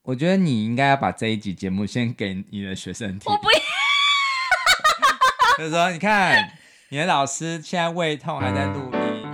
我觉得你应该要把这一集节目先给你的学生听。 我不要。 就是说，你看你的老师现在胃痛还在录音。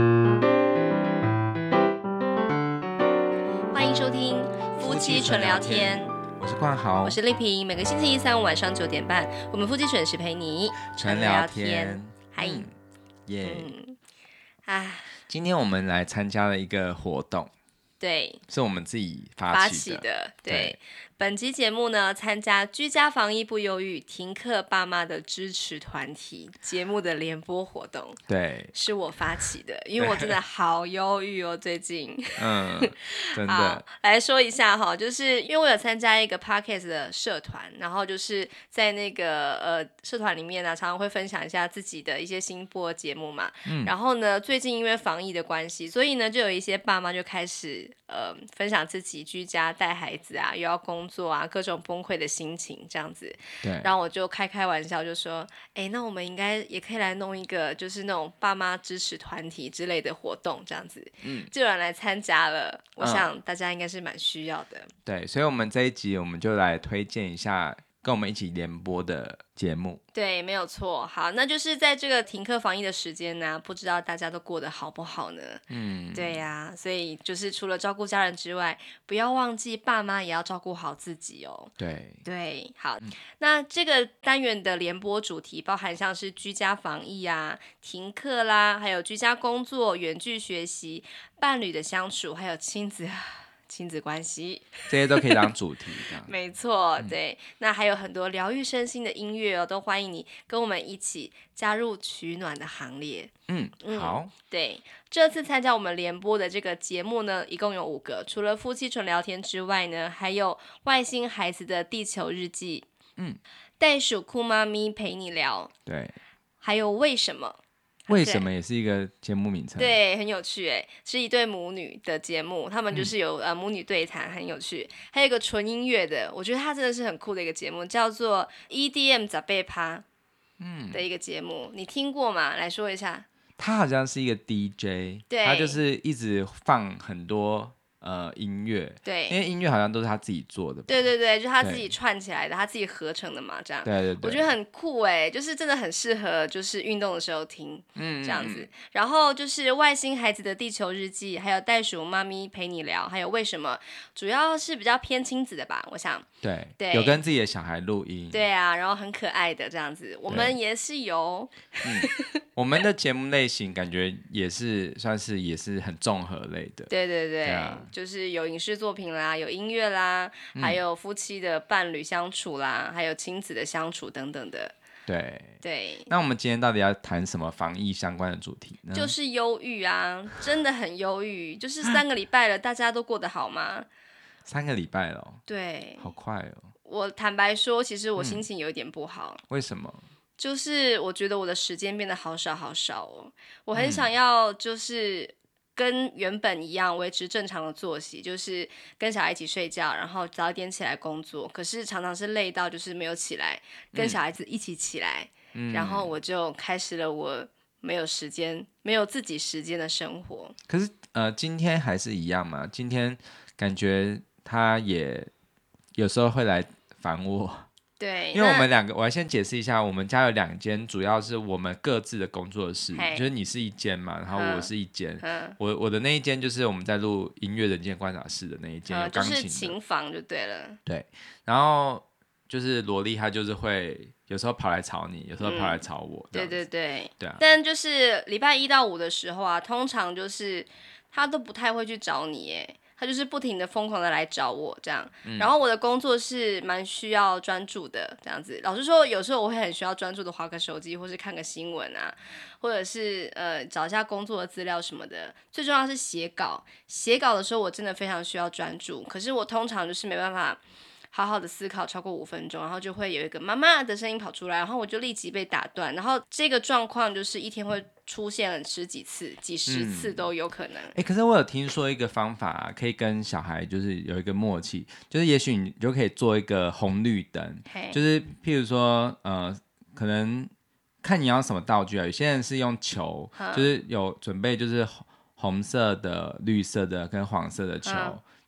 欢迎收听夫妻纯聊天， 我是冠豪， 我是丽萍。每个星期一、三、五晚上9点半，我们夫妻准时陪你纯聊天。 嗨， 耶！ 啊， 今天我们来参加了一个活动， 对， 是我们自己发起的。 对，本集节目呢，参加居家防疫不忧郁，停课爸妈的支持团体节目的联播活动。 对， 是我发起的，因为我真的好忧郁哦，最近。 真的。 好，来说一下哈，就是因为我有参加一个 podcast 的社团，然后就是在那个社团里面呢，常常会分享一下自己的一些新播节目嘛。然后呢，最近因为防疫的关系，所以呢，就有一些爸妈就开始分享自己居家带孩子啊，又要工作啊，各种崩溃的心情这样子。 对。 然后我就开玩笑就说，那我们应该也可以来弄一个，就是那种爸妈支持团体之类的活动这样子。就有人来参加了，我想大家应该是蛮需要的。 对，所以我们这一集我们就来推荐一下跟我们一起联播的节目。 对，没有错。好，那就是在这个停课防疫的时间呢，不知道大家都过得好不好呢？对呀，所以就是除了照顾家人之外，不要忘记爸妈也要照顾好自己哦。对，好，那这个单元的联播主题包含像是居家防疫啊、停课啦，还有居家工作、远距学习、伴侣的相处，还有亲子关系， 这些都可以当主题的。 没错，对，那还有很多疗愈身心的音乐哦，都欢迎你跟我们一起加入取暖的行列。 好。 对，这次参加我们联播的这个节目呢，一共有5个，除了夫妻纯聊天之外呢，还有外星孩子的地球日记，袋鼠酷妈咪陪你聊， 对， 还有为什么。 为什么也是一个节目名称？ 对，很有趣诶，是一对母女的节目，他们就是有母女对谈，很有趣。还有一个纯音乐的，我觉得它真的是很酷的一个节目，叫做 EDM 十八趴的一个节目，你听过吗？来说一下。 他好像是一个 DJ， 对， 他就是一直放很多音乐， 对， 因为音乐好像都是他自己做的吧。 对，就是他自己串起来的，他自己合成的嘛，这样。 对， 我觉得很酷哎，就是真的很适合就是运动的时候听，这样子。然后就是外星孩子的地球日记，还有袋鼠妈咪陪你聊，还有为什么，主要是比较偏亲子的吧，我想。 对， 有跟自己的小孩录音。 对啊，然后很可爱的这样子，我们也是有。 我们的节目类型感觉也是算是也是很综合类的。 对，就是有影视作品啦，有音乐啦，还有夫妻的伴侣相处啦，还有亲子的相处等等的。对， 那我们今天到底要谈什么防疫相关的主题呢？ 就是忧郁啊，真的很忧郁。就是3个礼拜了，大家都过得好吗 ？3个礼拜了。 对， 好快哦。 我坦白说，其实我心情有一点不好。 为什么？ 就是我觉得我的时间变得好少哦，我很想要就是跟原本一样维持正常的作息，就是跟小孩一起睡觉，然后早一点起来工作，可是常常是累到就是没有起来跟小孩子一起起来，然后我就开始了我没有自己时间的生活。 可是今天还是一样嘛？今天感觉他也有时候会来烦我。 对， 因为我们2个，我要先解释一下，我们家有2间，主要是我们各自的工作室，就是你是一间嘛，然后我是一间，我的那一间就是我们在录音乐的人间观察室的那一间，有钢琴的， 就是琴房就对了。 对，然后就是萝莉她就是会有时候跑来吵你，有时候跑来吵我， 对啊。 但就是礼拜1到5的时候啊，通常就是他都不太会去找你耶。他就是不停的疯狂的来找我这样，然后我的工作是蛮需要专注的这样子。老实说，有时候我会很需要专注的滑个手机，或是看个新闻啊，或者是找一下工作的资料什么的。最重要是写稿的时候，我真的非常需要专注。可是我通常就是没办法好好的思考超过5分钟，然后就会有一个妈妈的声音跑出来，然后我就立即被打断。然后这个状况就是一天会出现了10几次、几十次都有可能。 可是我有听说一个方法，可以跟小孩就是有一个默契，就是也许你就可以做一个红绿灯，就是譬如说可能看你要什么道具啊。有些人是用球，就是有准备就是红色的、绿色的跟黄色的球。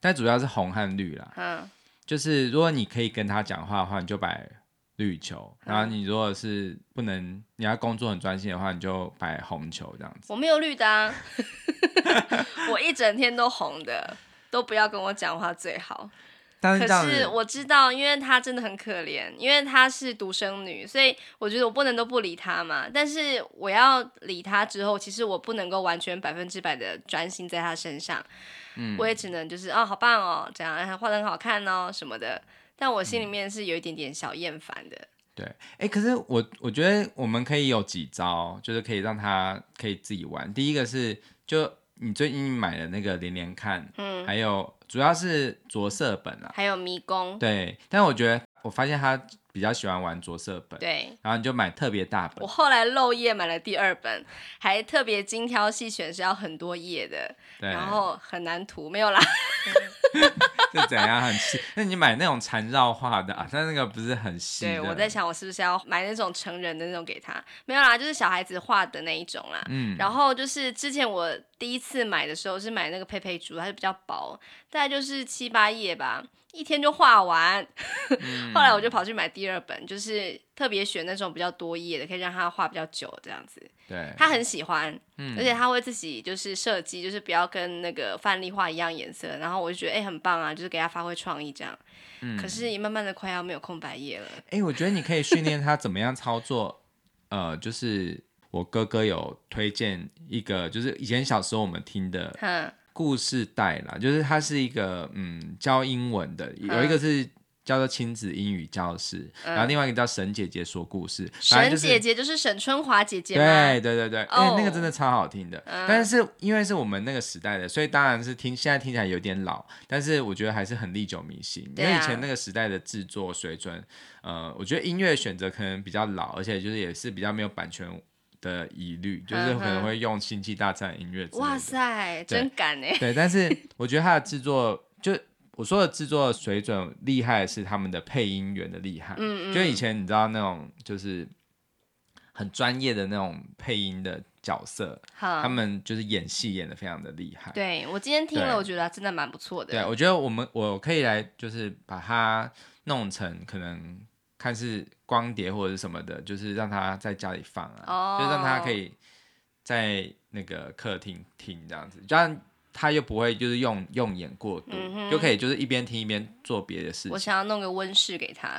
但主要是红和绿啦。就是如果你可以跟他讲话的话，你就摆绿球，然后你如果是不能，你要工作很专心的话，你就摆红球这样子。 我没有绿的啊，我一整天都红的，都不要跟我讲话最好。可是我知道，因为她真的很可怜，因为她是独生女，所以我觉得我不能都不理她嘛。但是我要理她之后，其实我不能够完全100%的专心在她身上，我也只能就是好棒哦，这样画得很好看哦什么的。但我心里面是有一点点小厌烦的。 对，可是我觉得我们可以有几招，就是可以让她可以自己玩。第一个是，就你最近买的那个连连看，还有主要是着色本啊， 还有迷宫。 对，但我觉得我发现他比较喜欢玩着色本， 对， 然后你就买特别大本。 我后来漏页买了第2本，还特别精挑细选，是要很多页的，然后很难涂，没有啦。 是怎样很细？那你买那种缠绕画的啊？但那个不是很细的。 对，我在想我是不是要买那种成人的那种给他？没有啦，就是小孩子画的那一种啦。然后就是之前我第一次买的时候是买那个佩佩猪，它是比较薄，大概就是7、8页吧，一天就画完。后来我就跑去买第2本，就是特别选那种比较多页的，可以让他画比较久这样子。 对， 他很喜欢，而且他会自己就是设计，就是不要跟那个范例画一样颜色。然后我就觉得很棒啊，就是给他发挥创意这样。可是也慢慢的快要没有空白页了。 我觉得你可以训练他怎么样操作。就是我哥哥有推荐一个，就是以前小时候我们听的故事带啦，就是它是一个教英文的，有一个是叫做亲子英语教室，然后另外一个叫沈姐姐说故事。 沈姐姐就是沈春华姐姐吗？ 对，那个真的超好听的。但是因为是我们那个时代的，所以当然是现在听起来有点老，但是我觉得还是很历久弥新。因为以前那个时代的制作水准，我觉得音乐选择可能比较老，而且就是也是比较没有版权的疑虑，就是可能会用星际大战音乐之类的。 哇塞，真敢耶。 对，但是我觉得它的制作就。我说的制作水准厉害的是他们的配音员的厉害，就以前你知道那种就是很专业的那种配音的角色，他们就是演戏演得非常的厉害。 对，我今天听了，我觉得真的蛮不错的。 对，我觉得我可以来就是把它弄成可能看是光碟或者是什么的，就是让他在家里放啊，就让他可以在那个客厅听这样子，这样他又不会就是用眼过度，就可以就是一边听一边做别的事情。 我想要弄个温室给他。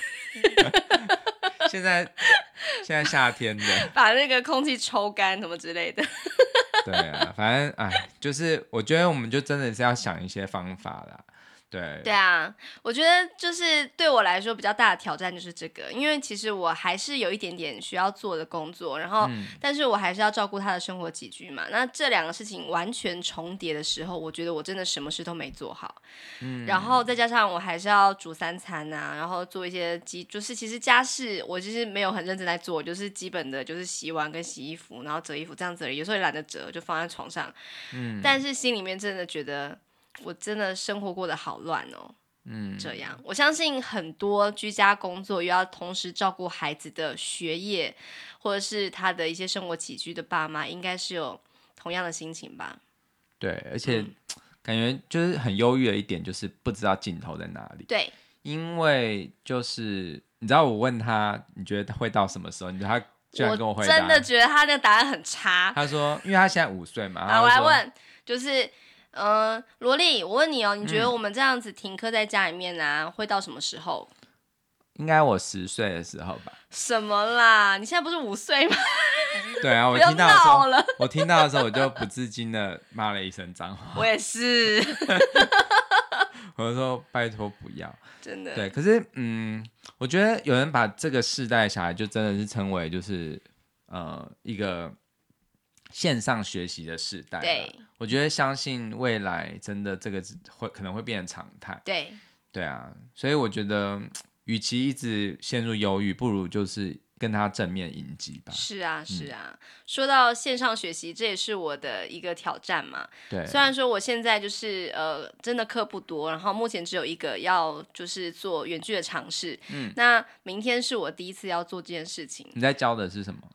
现在夏天的， 把那个空气抽干什么之类的。 对啊，反正就是我觉得我们就真的是要想一些方法啦。对啊，我觉得就是对我来说比较大的挑战就是这个，因为其实我还是有一点点需要做的工作，然后但是我还是要照顾他的生活起居嘛。那这2个事情完全重叠的时候，我觉得我真的什么事都没做好。然后再加上我还是要煮3餐啊，然后做一些就是其实家事我其实没有很认真在做，就是基本的就是洗碗跟洗衣服，然后折衣服这样子而已，有时候也懒得折，就放在床上。但是心里面真的觉得我真的生活过得好乱哦。这样我相信很多居家工作又要同时照顾孩子的学业或者是他的一些生活起居的爸妈，应该是有同样的心情吧。 对，而且感觉就是很忧郁的一点就是不知道尽头在哪里。 对， 因为就是你知道我问他你觉得会到什么时候，你觉得他居然跟我回答， 我真的觉得他那个答案很差。 他说因为他现在5岁嘛。 我来问就是萝莉，我问你哦，你觉得我们这样子停课在家里面啊，会到什么时候？ 应该我10岁的时候吧。 什么啦？你现在不是5岁吗？ 对啊，我听到的时候我就不自禁的骂了一声脏话。 我也是。 我就说拜托不要， 真的。 对，可是我觉得有人把这个世代小孩就真的是称为就是一个线上学习的世代。 对， 我觉得相信未来真的这个可能会变成常态。对啊，所以我觉得与其一直陷入忧郁，不如就是跟他正面迎击吧。 是啊，说到线上学习，这也是我的一个挑战嘛。 对， 虽然说我现在就是真的课不多，然后目前只有一个要就是做远距的尝试。那明天是我第一次要做这件事情。 你在教的是什么？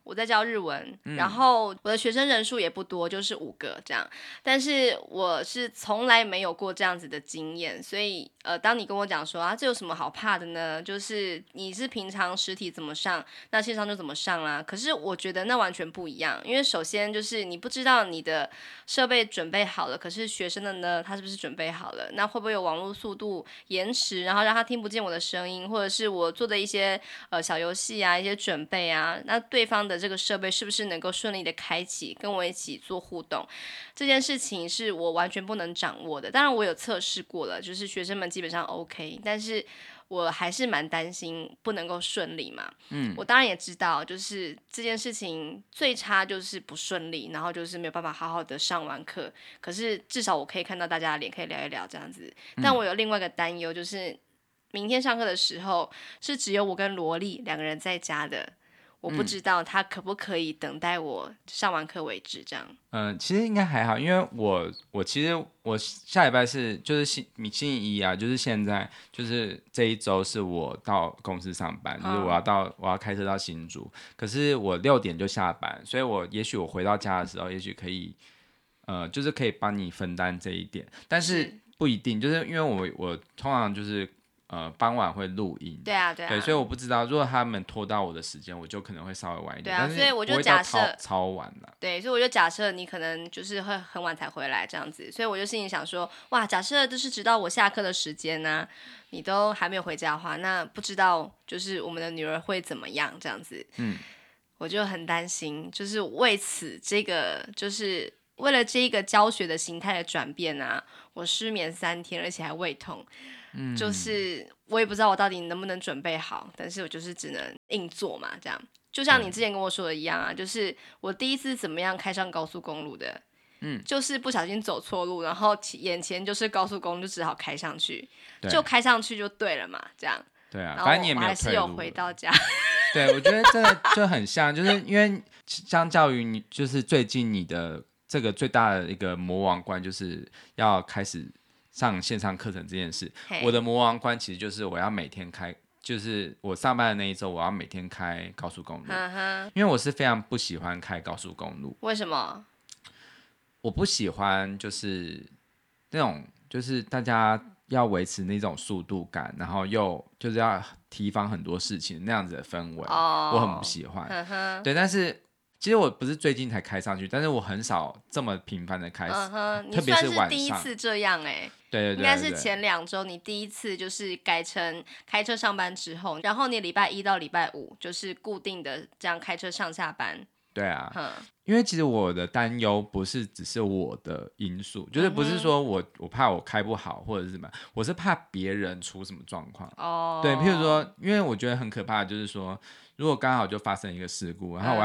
我在教日文，然后我的学生人数也不多，就是5个这样。但是我是从来没有过这样子的经验，所以当你跟我讲说啊，这有什么好怕的呢？就是你是平常实体怎么上，那线上就怎么上啦。可是我觉得那完全不一样，因为首先就是你不知道你的设备准备好了，可是学生的呢，他是不是准备好了？那会不会有网络速度延迟，然后让他听不见我的声音，或者是我做的一些小游戏啊，一些准备啊，那对方的这个设备是不是能够顺利的开启，跟我一起做互动？这件事情是我完全不能掌握的。当然我有测试过了，就是学生们基本上 OK， 但是我还是蛮担心不能够顺利嘛。我当然也知道，就是这件事情最差就是不顺利，然后就是没有办法好好的上完课。可是至少我可以看到大家的脸，可以聊一聊这样子。但我有另外一个担忧，就是明天上课的时候是只有我跟萝莉2个人在家的。我不知道他可不可以等待我上完课为止，这样。 其实应该还好，因为我其实我下礼拜就是星期一啊，就是现在就是这一周是我到公司上班，就是我要开车到新竹，可是我6点就下班，所以也许我回到家的时候，也许可以就是可以帮你分担这一点，但是不一定，就是因为我通常就是傍晚会录音， 对， 所以我不知道，如果他们拖到我的时间，我就可能会稍微晚一点，但是所以我就不会到超晚了。 对，所以我就假设你可能就是会很晚才回来这样子，所以我就心里想说，哇，假设就是直到我下课的时间呢，你都还没有回家的话，那不知道就是我们的女儿会怎么样这样子。我就很担心，就是为此就是为了这个教学的形态的转变啊，我失眠3天，而且还胃痛。就是我也不知道我到底能不能准备好，但是我就是只能硬做嘛，这样。就像你之前跟我说的一样啊，就是我第一次怎么样开上高速公路的，就是不小心走错路，然后眼前就是高速公路，就只好开上去，就开上去就对了嘛，这样。 对啊， 然后反正你也没有我还是有回到家。 对，我觉得这个就很像，就是因为相较于你，就是最近你的这个最大的一个魔王关，就是要开始上线上课程这件事。我的魔王关其实就是我要每天开，就是我上班的那一周，我要每天开高速公路，因为我是非常不喜欢开高速公路。 为什么？ 我不喜欢就是那种就是大家要维持那种速度感，然后又就是要提防很多事情那样子的氛围，我很不喜欢。对，但是其实我不是最近才开上去，但是我很少这么频繁的开始，特别是晚上。 你算是第一次这样对， 应该是前2周你第一次就是改成开车上班之后，然后你礼拜1到礼拜5就是固定的这样开车上下班。 对啊，因为其实我的担忧不是只是我的因素，就是不是说我怕我开不好或者是什么，我是怕别人出什么状况。对，譬如说，因为我觉得很可怕的就是说，如果刚好就发生一个事故，然后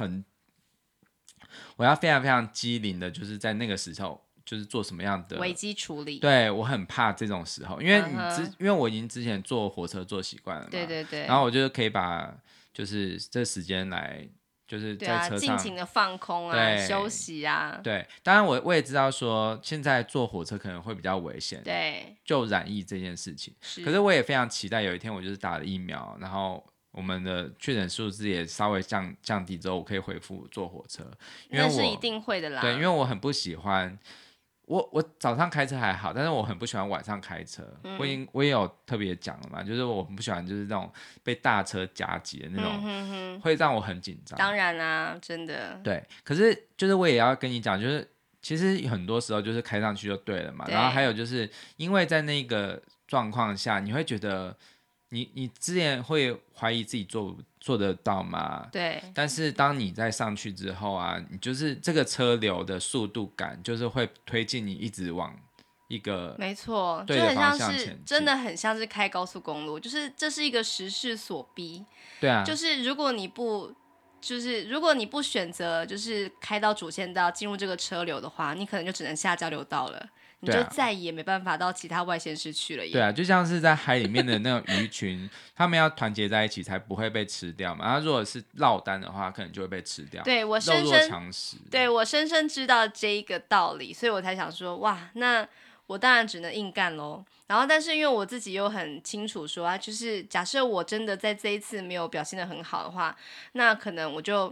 我要非常非常机灵的，就是在那个时候就是做什么样的危机处理。 对，我很怕这种时候，因为因为我已经之前坐火车坐习惯了嘛， 对， 然后我就可以把就是这时间来。就是在车上尽情的放空啊，休息啊。 对，当然我也知道说现在坐火车可能会比较危险， 对， 就染疫这件事情。可是我也非常期待有一天我就是打了疫苗，然后我们的确诊数字也稍微降低之后，我可以恢复坐火车。因为那是一定会的啦。 对，因为我很不喜欢。我早上开车还好，但是我很不喜欢晚上开车。我也有特别讲了嘛，就是我很不喜欢就是那种被大车夹击的那种，会让我很紧张。 当然啦，真的。 对，可是就是我也要跟你讲，就是其实很多时候就是开上去就对了嘛。然后还有就是因为在那个状况下，你会觉得你之前会怀疑自己做得到吗？ 对。 但是当你再上去之后啊，你就是这个车流的速度感，就是会推进你一直往一个没错， 对的方向前进， 真的很像是开高速公路，就是这是一个时势所逼。 对啊， 就是如果你不选择就是开到主线道进入这个车流的话，你可能就只能下交流道了。你就再也没办法到其他外县市去了耶。 对啊，就像是在海里面的那种鱼群，他们要团结在一起才不会被吃掉嘛。然后如果是落单的话，可能就会被吃掉。 对，我深深知道这一个道理，所以我才想说，哇，那我当然只能硬干咯。然后但是因为我自己又很清楚说啊，就是假设我真的在这一次没有表现得很好的话，那可能我就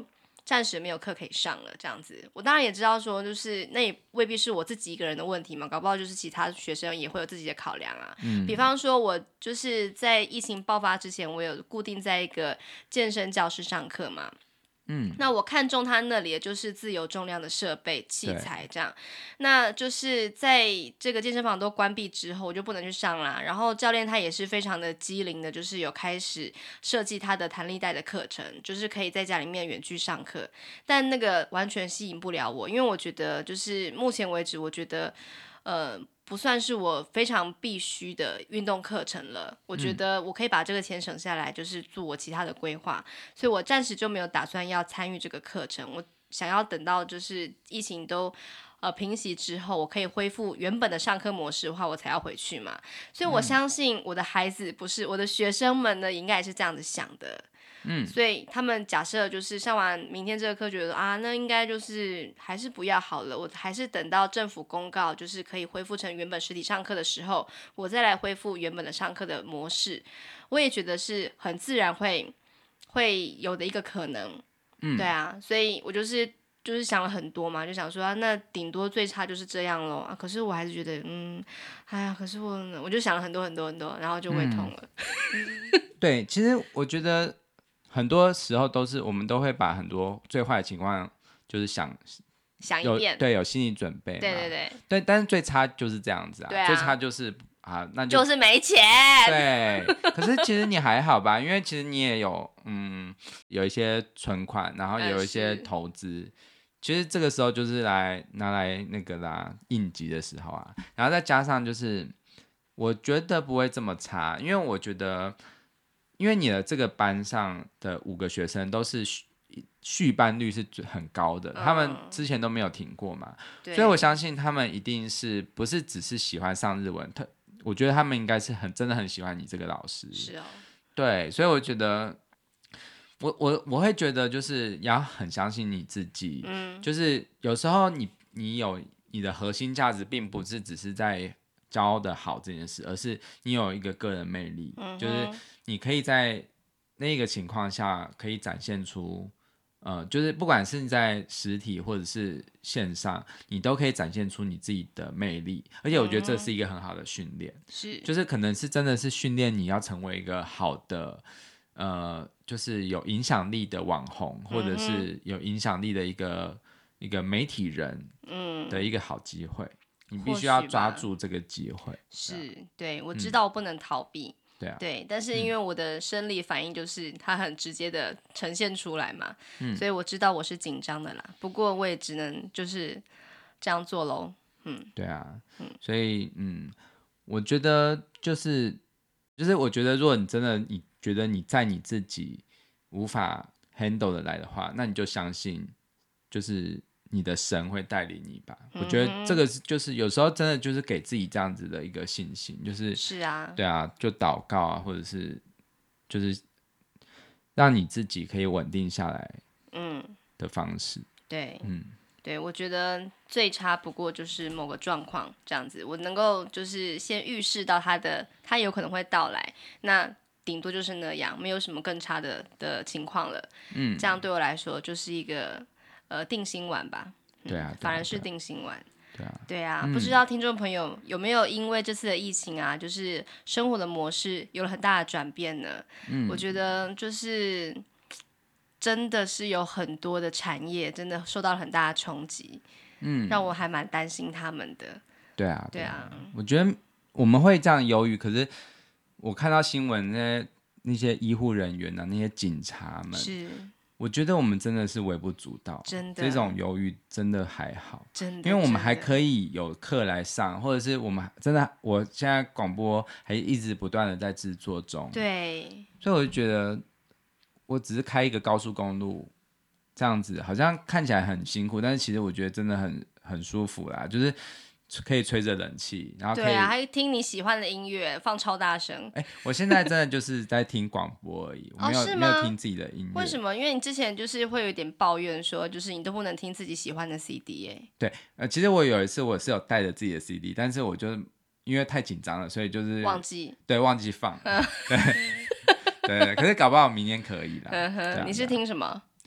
暂时没有课可以上了这样子。我当然也知道说，就是那也未必是我自己一个人的问题嘛，搞不好就是其他学生也会有自己的考量啊。比方说我就是在疫情爆发之前，我有固定在一个健身教室上课嘛。那我看中他那里的就是自由重量的设备器材这样，那就是在这个健身房都关闭之后，我就不能去上啦。然后教练他也是非常的机灵的，就是有开始设计他的弹力带的课程，就是可以在家里面远距上课，但那个完全吸引不了我，因为我觉得就是目前为止，我觉得不算是我非常必须的运动课程了。我觉得我可以把这个钱省下来，就是做我其他的规划，所以我暂时就没有打算要参与这个课程。我想要等到就是疫情都平息之后，我可以恢复原本的上课模式的话，我才要回去嘛。所以我相信我的孩子不是我的学生们呢，应该也是这样子想的。所以他们假设就是上完明天这个课，觉得啊，那应该就是还是不要好了，我还是等到政府公告就是可以恢复成原本实体上课的时候，我再来恢复原本的上课的模式。我也觉得是很自然会有的一个可能。对啊，所以我就是想了很多嘛，就想说那顶多最差就是这样咯。可是我还是觉得哎呀，可是我就想了很多很多很多，然后就胃痛了。 对，其实我觉得很多时候都是我们都会把很多最坏的情况就是想一遍， 对，有心理准备嘛， 对， 但是最差就是这样子对啊， 最差就是那就是没钱。 对，可是其实你还好吧，因为其实你也有有一些存款，然后也有一些投资。其实这个时候就是拿来那个啦，应急的时候啊，然后再加上就是我觉得不会这么差，因为我觉得因为你的这个班上的5个学生都是续班率是很高的，他们之前都没有停过嘛，所以我相信他们一定是不是只是喜欢上日文，我觉得他们应该是真的很喜欢你这个老师。 是哦， 对，所以我觉得我会觉得就是要很相信你自己，就是有时候你有你的核心价值，并不是只是在教的好这件事，而是你有一个个人魅力，就是你可以在那个情况下可以展现出就是不管是在实体或者是线上，你都可以展现出你自己的魅力，而且我觉得这是一个很好的训练，就是可能是真的是训练你要成为一个好的就是有影响力的网红，或者是有影响力的一个媒体人的一个好机会，你必须要抓住这个机会。 是，对，我知道我不能逃避。 对， 但是因为我的生理反应就是它很直接的呈现出来嘛，所以我知道我是紧张的啦。不过我也只能就是这样做咯。 对啊，所以我觉得就是我觉得如果你真的你觉得你在你自己无法 handle 的来的话，那你就相信就是你的神会带领你吧。我觉得这个就是有时候真的就是给自己这样子的一个信心，就是啊， 对啊，就祷告啊，或者是就是让你自己可以稳定下来的方式。 对，我觉得最差不过就是某个状况这样子，我能够就是先预示到它有可能会到来，那顶多就是那样，没有什么更差的情况了。这样对我来说就是一个定心丸吧。 对啊， 反而是定心丸。对啊， 嗯不知道听众朋友有没有因为这次的疫情啊，就是生活的模式有了很大的转变呢？我觉得就是真的是有很多的产业真的受到了很大的冲击，让我还蛮担心他们的。 对啊，我觉得我们会这样犹豫，可是我看到新闻那些医护人员啊，那些警察们，我觉得我们真的是微不足道， 真的这种犹豫真的还好， 真的， 因为我们还可以有课来上，或者是我们真的，我现在广播还一直不断的在制作中， 对， 所以我就觉得我只是开一个高速公路这样子，好像看起来很辛苦，但是其实我觉得真的很舒服啦，就是可以吹着冷气，然后可以对啊，还听你喜欢的音乐，放超大声。 我现在真的就是在听广播而已，我没有听自己的音乐。 为什么？因为你之前就是会有点抱怨说，就是你都不能听自己喜欢的 CD 对，其实我有一次我是有带着自己的 CD， 但是我就因为太紧张了，所以就是忘记放。对，可是搞不好明年可以啦。 你是听什么？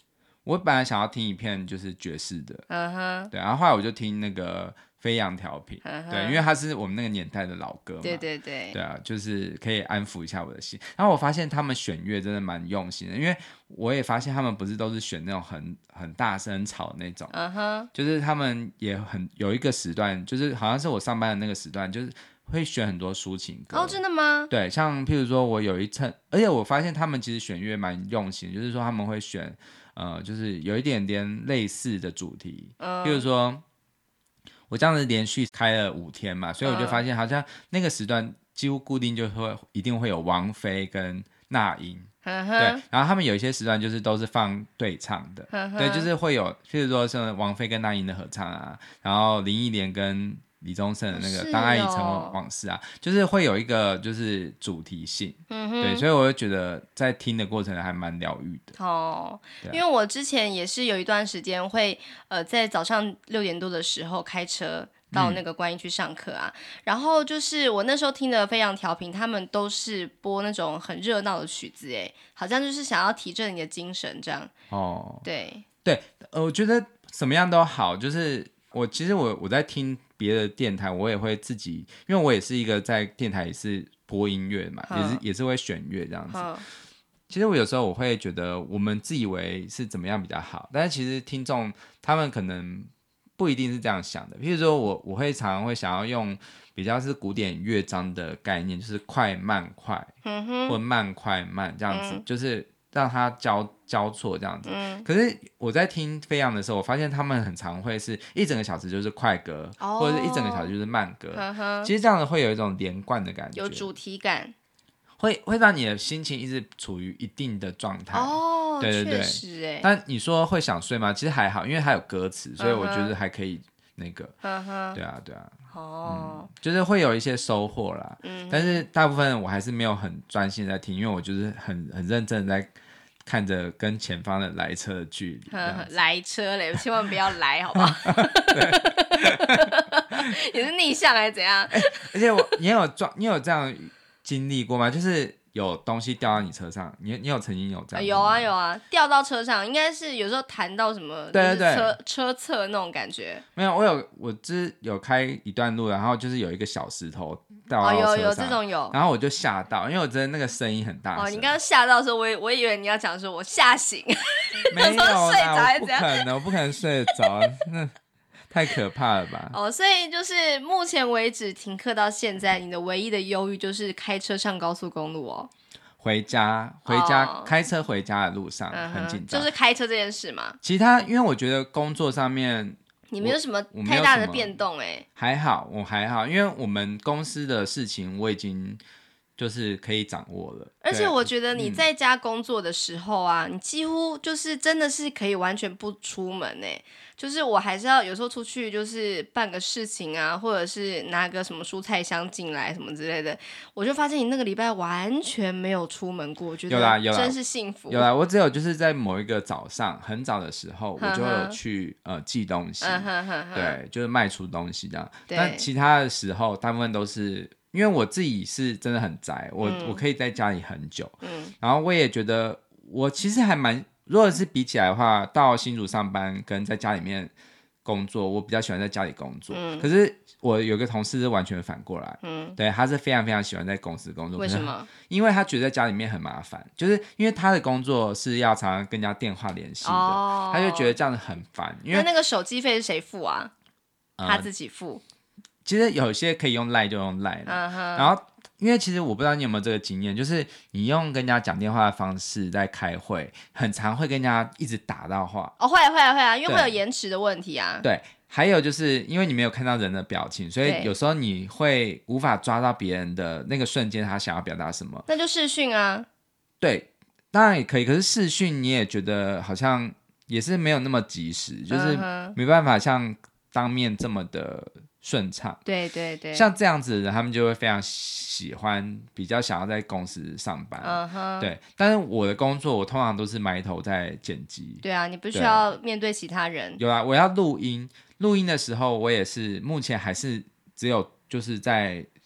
我本来想要听一片就是爵士的，对，然后后来我就听那个飞扬调频，对，因为他是我们那个年代的老歌嘛， 对对对， 对啊，就是可以安抚一下我的心。然后我发现他们选乐真的蛮用心的，因为我也发现他们不是都是选那种很大声吵的那种，就是他们也有一个时段，就是好像是我上班的那个时段，就是会选很多抒情歌。 哦，真的吗？ 对，像譬如说我有一阵，而且我发现他们其实选乐蛮用心，就是说他们会选就是有一点点类似的主题，譬如说。我这样子连续开了5天嘛，所以我就发现好像那个时段几乎固定就一定会有王菲跟那英，对，然后他们有一些时段就是都是放对唱的，对，就是会有，譬如说像王菲跟那英的合唱啊，然后林忆莲跟李宗盛的那个《当爱已成为往事》啊，就是会有一个就是主题性，对，所以我就觉得在听的过程还蛮疗愈的。 哦，因为我之前也是有一段时间会在早上6点多的时候开车到那个观音去上课啊，然后就是我那时候听的飞扬调频，他们都是播那种很热闹的曲子，哎，好像就是想要提振你的精神这样。哦，对对，我觉得什么样都好，就是其实我在听别的电台，我也会自己，因为我也是一个在电台也是播音乐嘛，也是会选乐这样子。其实我有时候我会觉得我们自以为是怎么样比较好，但是其实听众他们可能不一定是这样想的。譬如说我会常常会想要用比较是古典乐章的概念，就是快慢快，或慢快慢这样子，就是让它交错这样子。可是我在听飞扬的时候，我发现他们很常会是一整个小时就是快歌，或者是一整个小时就是慢歌。其实这样子会有一种连贯的感觉， 有主题感。 会让你的心情一直处于一定的状态。 哦， 对对对， 确实耶。 但你说会想睡吗？其实还好，因为它有歌词，所以我觉得还可以那个。对啊对啊。哦。就是会有一些收获啦。但是大部分我还是没有很专心在听，因为我就是很认真的在看着跟前方的来车的距离。 来车嘞，千万不要来，好不好？也是逆向还是怎样？ 而且你有这样经历过吗？就是有东西掉到你车上，你有曾经有这样？ 有啊，掉到车上，应该是有时候弹到什么， 对对对， 车侧那种感觉。 没有，我有开一段路，然后就是有一个小石头掉到车上， 有这种有， 然后我就吓到，因为我真的那个声音很大声。 你刚刚吓到的时候，我以为你要讲说我吓醒， 没有啦， 睡着还是不可能，我不可能睡得着，那太可怕了吧？ 所以就是目前为止停课到现在，你的唯一的忧郁就是开车上高速公路哦。 回家开车回家的路上很紧张， 就是开车这件事嘛。 其他因为我觉得工作上面你没有什么太大的变动还好，我还好，因为我们公司的事情我已经就是可以掌握了。 而且我觉得你在家工作的时候啊，你几乎就是真的是可以完全不出门就是我还是要有时候出去就是办个事情啊，或者是拿个什么蔬菜箱进来什么之类的，我就发现你那个礼拜完全没有出门过，我觉得真是幸福。 有啦，我只有就是在某一个早上很早的时候，我就有去寄东西，对，就是卖出东西这样。但其他的时候大部分都是因为我自己是真的很宅，我可以在家里很久，然后我也觉得我其实还蛮，如果是比起来的话，到新竹上班跟在家里面工作，我比较喜欢在家里工作。可是我有个同事是完全反过来，对，他是非常非常喜欢在公司工作。 为什么？ 因为他觉得在家里面很麻烦，就是因为他的工作是要常常跟人家电话联系的，他就觉得这样子很烦。因为那个手机费是谁付啊？他自己付。 其实有些可以用 LINE 就用 LINE，然后因为其实我不知道你有没有这个经验，就是你用跟人家讲电话的方式在开会，很常会跟人家一直打到话。 会啊，因为会有延迟的问题啊。 对，还有就是因为你没有看到人的表情，所以有时候你会无法抓到别人的那个瞬间他想要表达什么。 那就视讯啊。 对，当然也可以，可是视讯你也觉得好像也是没有那么及时，就是没办法像当面这么的顺畅。 对， 像这样子的人他们就会非常喜欢比较想要在公司上班。对，但是我的工作我通常都是埋头在剪辑。 对啊，你不需要面对其他人。 有我要录音的时候我也是目前还是只有就是在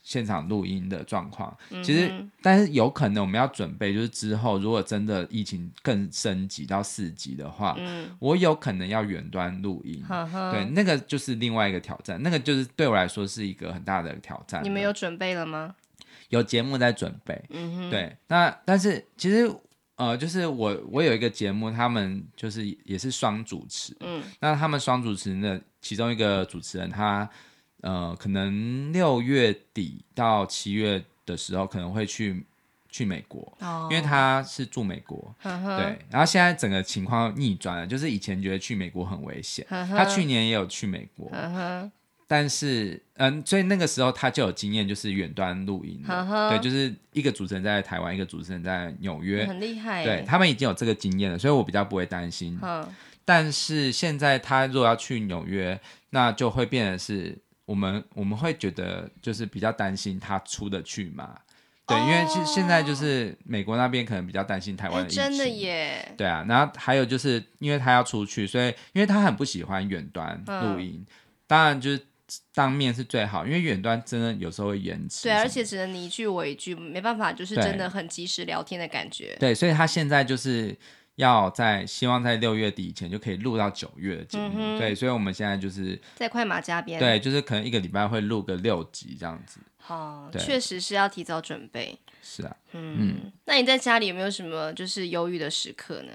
现场录音的状况。其实但是有可能我们要准备，就是之后如果真的疫情更升级到4级的话，我有可能要远端录音，对，那个就是另外一个挑战，那个就是对我来说是一个很大的挑战。 你们有准备了吗？ 有节目在准备，对，那但是其实就是我有一个节目，他们就是也是双主持，那他们双主持的其中一个主持人他可能6月底到7月的时候可能会去美国，因为他是住美国，对，然后现在整个情况逆转了，就是以前觉得去美国很危险，他去年也有去美国，但是所以那个时候他就有经验，就是远端录音的，对，就是一个主持人在台湾，一个主持人在纽约， 很厉害， 对，他们已经有这个经验了，所以我比较不会担心。但是现在他如果要去纽约，那就会变成是我们会觉得就是比较担心他出得去嘛，对，因为现在就是美国那边可能比较担心台湾的疫情， 真的耶， 对啊，然后还有就是因为他要出去，所以因为他很不喜欢远端录音，当然就是当面是最好，因为远端真的有时候会延迟， 对，而且只能你一句我一句，没办法就是真的很及时聊天的感觉， 对，所以他现在就是希望在6月底以前就可以录到9月的节目，对，所以我们现在就是在快马加鞭， 对，就是可能1个礼拜会录个6集这样子， 确实是要提早准备， 是啊， 那你在家里有没有什么就是忧郁的时刻呢？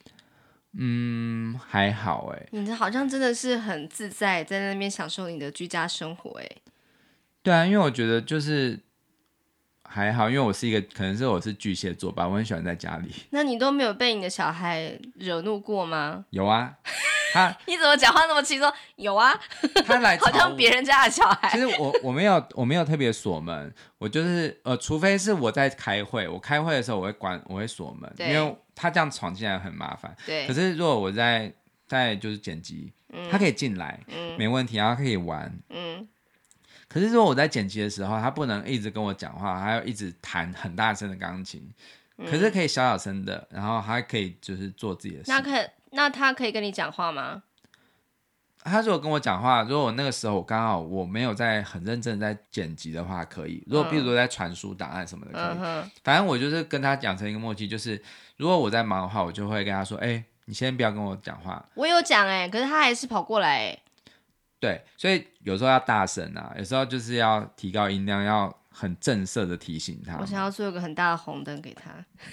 还好你好像真的是很自在，在那边享受你的居家生活对啊，因为我觉得就是还好，因为可能是我是巨蟹座吧，我很喜欢在家里。 那你都没有被你的小孩惹怒过吗？ 有啊， 你怎么讲话那么轻松？有啊， 他来好像别人家的小孩。 其实我没有特别锁门，我就是除非是我在开会，我开会的时候我会锁门，因为他这样闯进来很麻烦。 对。 可是如果我在就是剪辑，他可以进来，没问题，然后可以玩。可是如果我在剪辑的时候，他不能一直跟我讲话，还要一直弹很大声的钢琴，可是可以小小声的，然后他可以就是做自己的事。 那他可以跟你讲话吗？ 他如果跟我讲话，如果我那个时候刚好我没有在很认真的在剪辑的话，可以。如果比如说在传输档案什么的，可以。反正我就是跟他养成一个默契，就是如果我在忙的话，我就会跟他说：“你先不要跟我讲话。” 我有讲可是他还是跑过来对，所以有时候要大声啊，有时候就是要提高音量，要很正色的提醒他。 我想要做一个很大的红灯给他，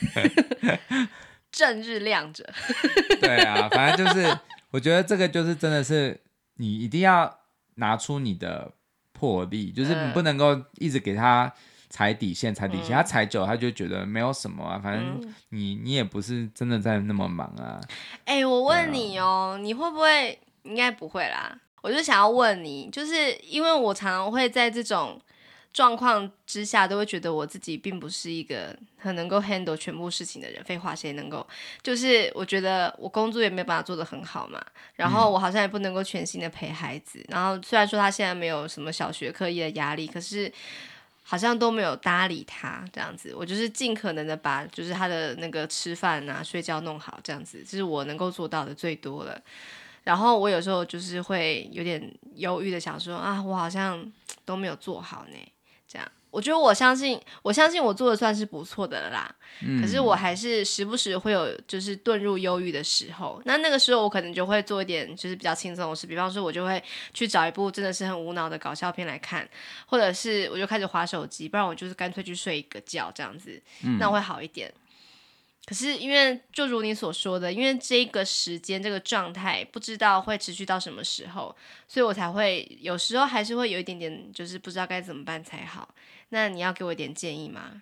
正日亮着。 对啊，反正就是我觉得这个就是真的是你一定要拿出你的魄力，就是你不能够一直给他踩底线，他踩久了他就觉得没有什么啊，反正你也不是真的在那么忙啊。 我问你你会不会？应该不会啦。我就想要问你，就是因为我常常会在这种状况之下，都会觉得我自己并不是一个很能够 handle 全部事情的人。废话，谁能够？就是我觉得我工作也没有办法做得很好嘛，然后我好像也不能够全心的陪孩子。然后虽然说他现在没有什么小学课业的压力，可是好像都没有搭理他这样子。我就是尽可能的把就是他的那个吃饭啊、睡觉弄好这样子，这是我能够做到的最多了。然后我有时候就是会有点忧郁的想说我好像都没有做好呢，这样。我觉得我相信我做的算是不错的了啦，可是我还是时不时会有就是遁入忧郁的时候。那个时候我可能就会做一点就是比较轻松的事，比方说我就会去找一部真的是很无脑的搞笑片来看，或者是我就开始滑手机，不然我就是干脆去睡一个觉这样子，那会好一点。可是因为就如你所说的，因为这个时间这个状态不知道会持续到什么时候，所以我才会有时候还是会有一点点就是不知道该怎么办才好。那你要给我一点建议吗？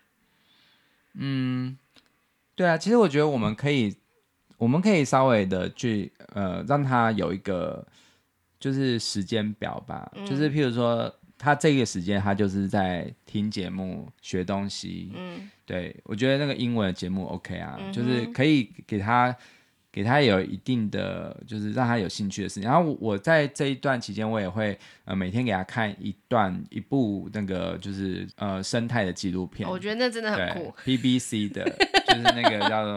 对啊，其实我觉得我们可以稍微的去让他有一个就是时间表吧，就是譬如说他这个时间他就是在听节目学东西，对，我觉得那个英文的节目 OK 啊，就是可以给他有一定的就是让他有兴趣的事情。然后我在这一段期间我也会每天给他看一部那个就是生态的纪录片， 我觉得那真的很酷 ，BBC 的就是那个叫什么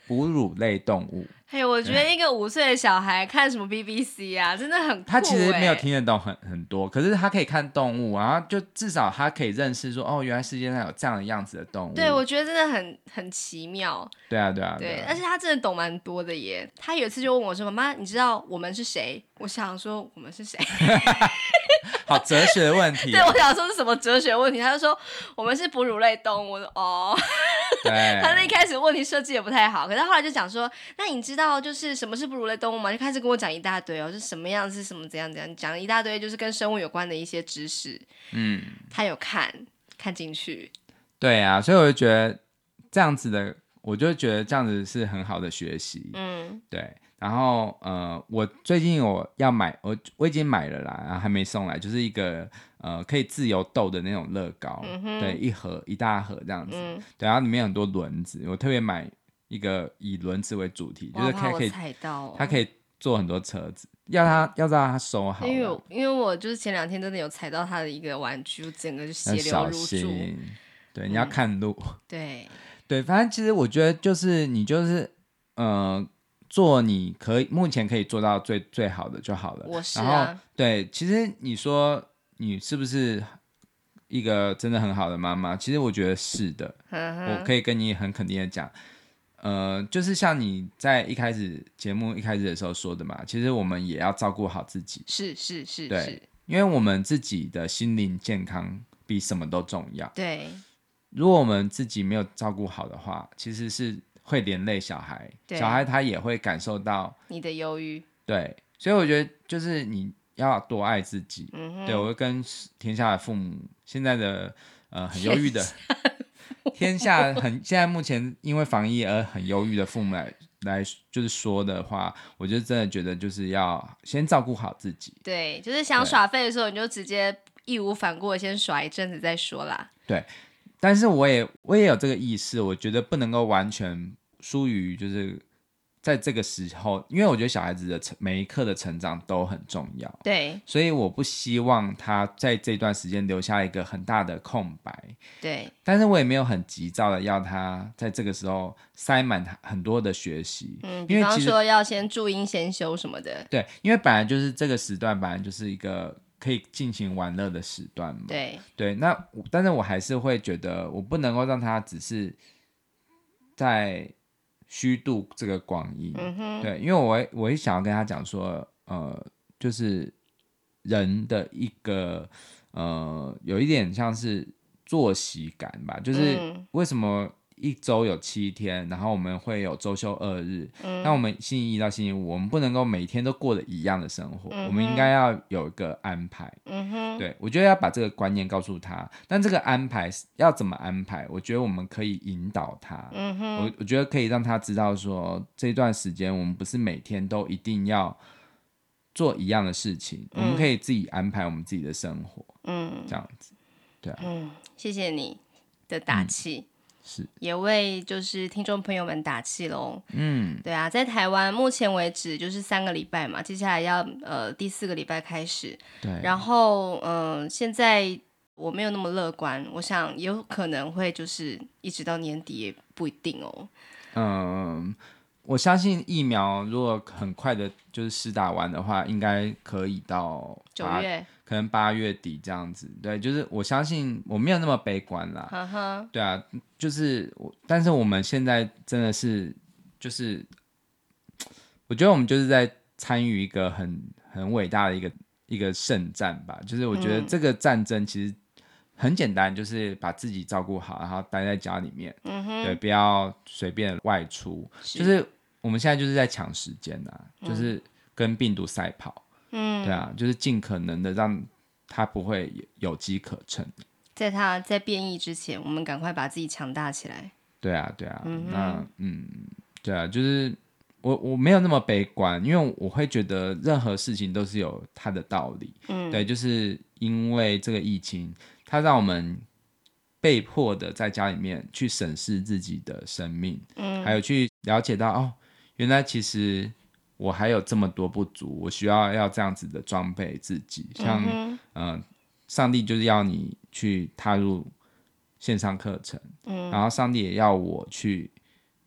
哺乳类动物。 嘿，我觉得一个5岁的小孩看什么 BBC 啊，真的很酷。 他其实没有听得懂很多，可是他可以看动物，然后就至少他可以认识说，哦，原来世界上有这样的样子的动物。 对，我觉得真的很奇妙。 对啊，对啊， 对，而且他真的懂蛮多的耶。他有一次就问我说：“妈妈，你知道我们是谁？”我想说我们是谁？ 好哲学的问题。 对，我想说是什么哲学问题？他就说我们是哺乳类动物。我说哦。 对， 他那一开始问题设计也不太好，可是他后来就讲说，那你知道就是什么是哺乳类动物吗？就开始跟我讲一大堆哦，是什么样是什么怎样怎样，讲了一大堆就是跟生物有关的一些知识。他有看进去。 对啊，所以我就觉得这样子的，我就觉得这样子是很好的学习。对。然后我最近要买，我已经买了啦，然后还没送来，就是一个可以自由斗的那种乐高。对，一大盒这样子。对，然后里面有很多轮子，我特别买一个以轮子为主题，就是可以踩到它可以做很多车子，要让它收好。 因为我就是前2天真的有踩到它的一个玩具，整个就血流如注。 对，你要看路。 对对，反正其实我觉得就是你就是做你目前可以做到最好的就好了。 我是啊。 然后对，其实你说你是不是一个真的很好的妈妈？其实我觉得是的。我可以跟你很肯定的讲，就是像你在节目一开始的时候说的嘛，其实我们也要照顾好自己。 是， 对，因为我们自己的心灵健康比什么都重要。 对， 如果我们自己没有照顾好的话，其实是会连累小孩，小孩他也会感受到你的忧郁。对， 所以我觉得就是你要多爱自己。对，我会跟天下的父母，现在的很忧郁的天下现在目前因为防疫而很忧郁的父母来就是说的话，我就真的觉得就是要先照顾好自己。 对，就是想耍废的时候，你就直接义无反顾的先耍一阵子再说啦。 对，但是我也有这个意识，我觉得不能够完全疏于就是在这个时候，因为我觉得小孩子的每一刻的成长都很重要。 对， 所以我不希望他在这段时间留下一个很大的空白。 对， 但是我也没有很急躁的要他在这个时候塞满很多的学习。 比方说要先注音先修什么的。 对，因为本来就是这个时段本来就是一个可以尽情玩乐的时段嘛。对，但是我还是会觉得我不能够让他只是在虚度这个光阴。对，因为我会想要跟他讲说，就是人的一个有一点像是作息感吧，就是为什么1周有7天，然后我们会有周休2日。那我们星期一到星期五，我们不能够每天都过得一样的生活。我们应该要有一个安排。对，我觉得要把这个观念告诉他，但这个安排要怎么安排，我觉得我们可以引导他。我觉得可以让他知道说，这段时间我们不是每天都一定要做一样的事情。我们可以自己安排我们自己的生活。这样子。对啊。 谢谢你的打气。 是， 也为就是听众朋友们打气咯。对啊，在台湾目前为止就是3个礼拜嘛，接下来要第4个礼拜开始。 对， 然后现在我没有那么乐观，我想也有可能会就是一直到年底也不一定哦。 我相信疫苗如果很快的就是施打完的话，应该可以到 9月， 可能8月底这样子。对，就是我相信我没有那么悲观啦。对啊，就是但是我们现在真的是就是我觉得我们就是在参与一个很伟大的一个圣战吧。就是我觉得这个战争其实很简单，就是把自己照顾好，然后待在家里面。对，不要随便外出。就是我们现在就是在抢时间就是跟病毒赛跑。对啊，就是尽可能的让它不会有机可乘。 在它在变异之前，我们赶快把自己强大起来。 对啊，对啊，就是我没有那么悲观，因为我会觉得任何事情都是有它的道理。对，就是因为这个疫情，它让我们被迫的在家里面去审视自己的生命。还有去了解到原来其实我还有这么多不足，我需要这样子的装备自己。像上帝就是要你去踏入线上课程。然后上帝也要我去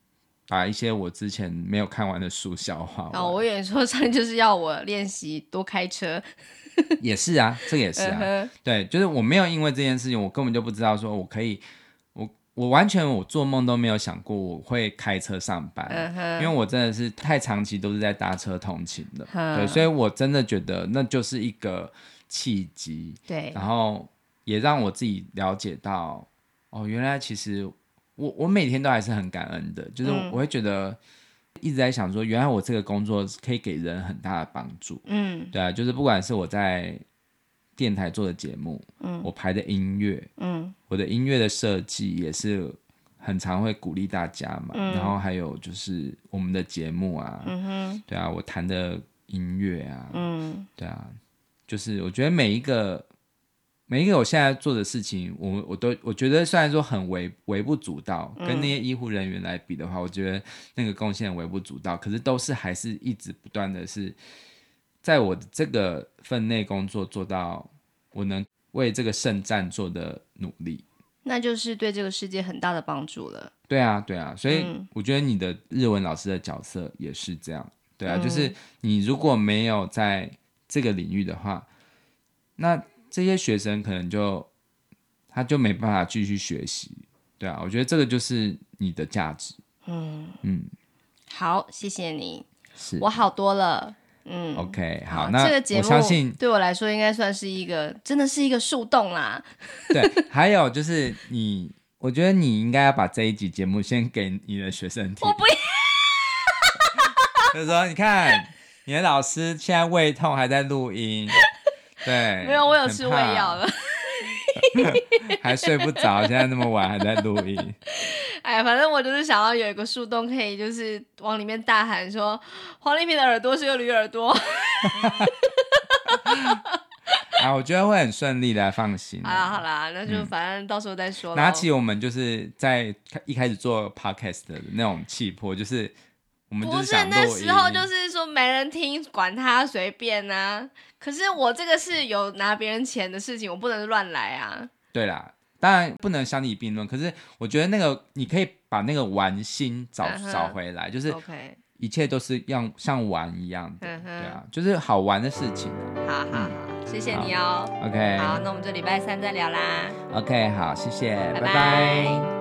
把一些我之前没有看完的书消化完。 我以为说上就是要我练习多开车。 也是啊，这个也是啊。对，就是我没有因为这件事情，我根本就不知道说我可以，我完全我做梦都没有想过我会开车上班，因为我真的是太长期都是在搭车通勤的，对，所以我真的觉得那就是一个契机， 对， 然后也让我自己了解到，哦，原来其实我每天都还是很感恩的，就是我会觉得。一直在想说，原来我这个工作可以给人很大的帮助。对啊，就是不管是我在电台做的节目，我排的音乐，我的音乐的设计也是很常会鼓励大家嘛。然后还有就是我们的节目啊，对啊，我弹的音乐啊，对啊，就是我觉得每一个我现在做的事情，我觉得虽然说很微不足道，跟那些医护人员来比的话，我觉得那个贡献微不足道，可是都是还是一直不断的是在我这个分内工作做到我能为这个圣战做的努力， 那就是对这个世界很大的帮助了。 对啊，对啊，所以我觉得你的日文老师的角色也是这样，对啊，就是你如果没有在这个领域的话，那这些学生可能他就没办法继续学习，对啊，我觉得这个就是你的价值。 好，谢谢你， 是我好多了。 OK， 好，那这个节目我相信对我来说应该算是真的是一个树洞啦。 对，还有就是我觉得你应该要把这一集节目先给你的学生听。 我不要， 就是说，你看你的老师现在胃痛还在录音，对， 没有，我有吃胃药了。 还睡不着，现在那么晚还在录音。 哎，反正我就是想要有一个树洞，可以就是往里面大喊说：“黄丽萍的耳朵是个驴耳朵。” 我觉得会很顺利的，放心。 好啦，那就反正到时候再说了。 拿起我们就是在一开始做 podcast 的那种气魄，就是我们就是想录音。 不是那时候就是说没人听，管他随便啊。可是我这个是有拿别人钱的事情，我不能乱来啊。 对啦，当然不能相提并论，可是我觉得那个你可以把那个玩心找回来，就是一切都是像玩一样的，对啊，就是好玩的事情。 好，谢谢你哦。 OK， 好，那我们就礼拜3再聊啦。 OK， 好，谢谢，拜拜。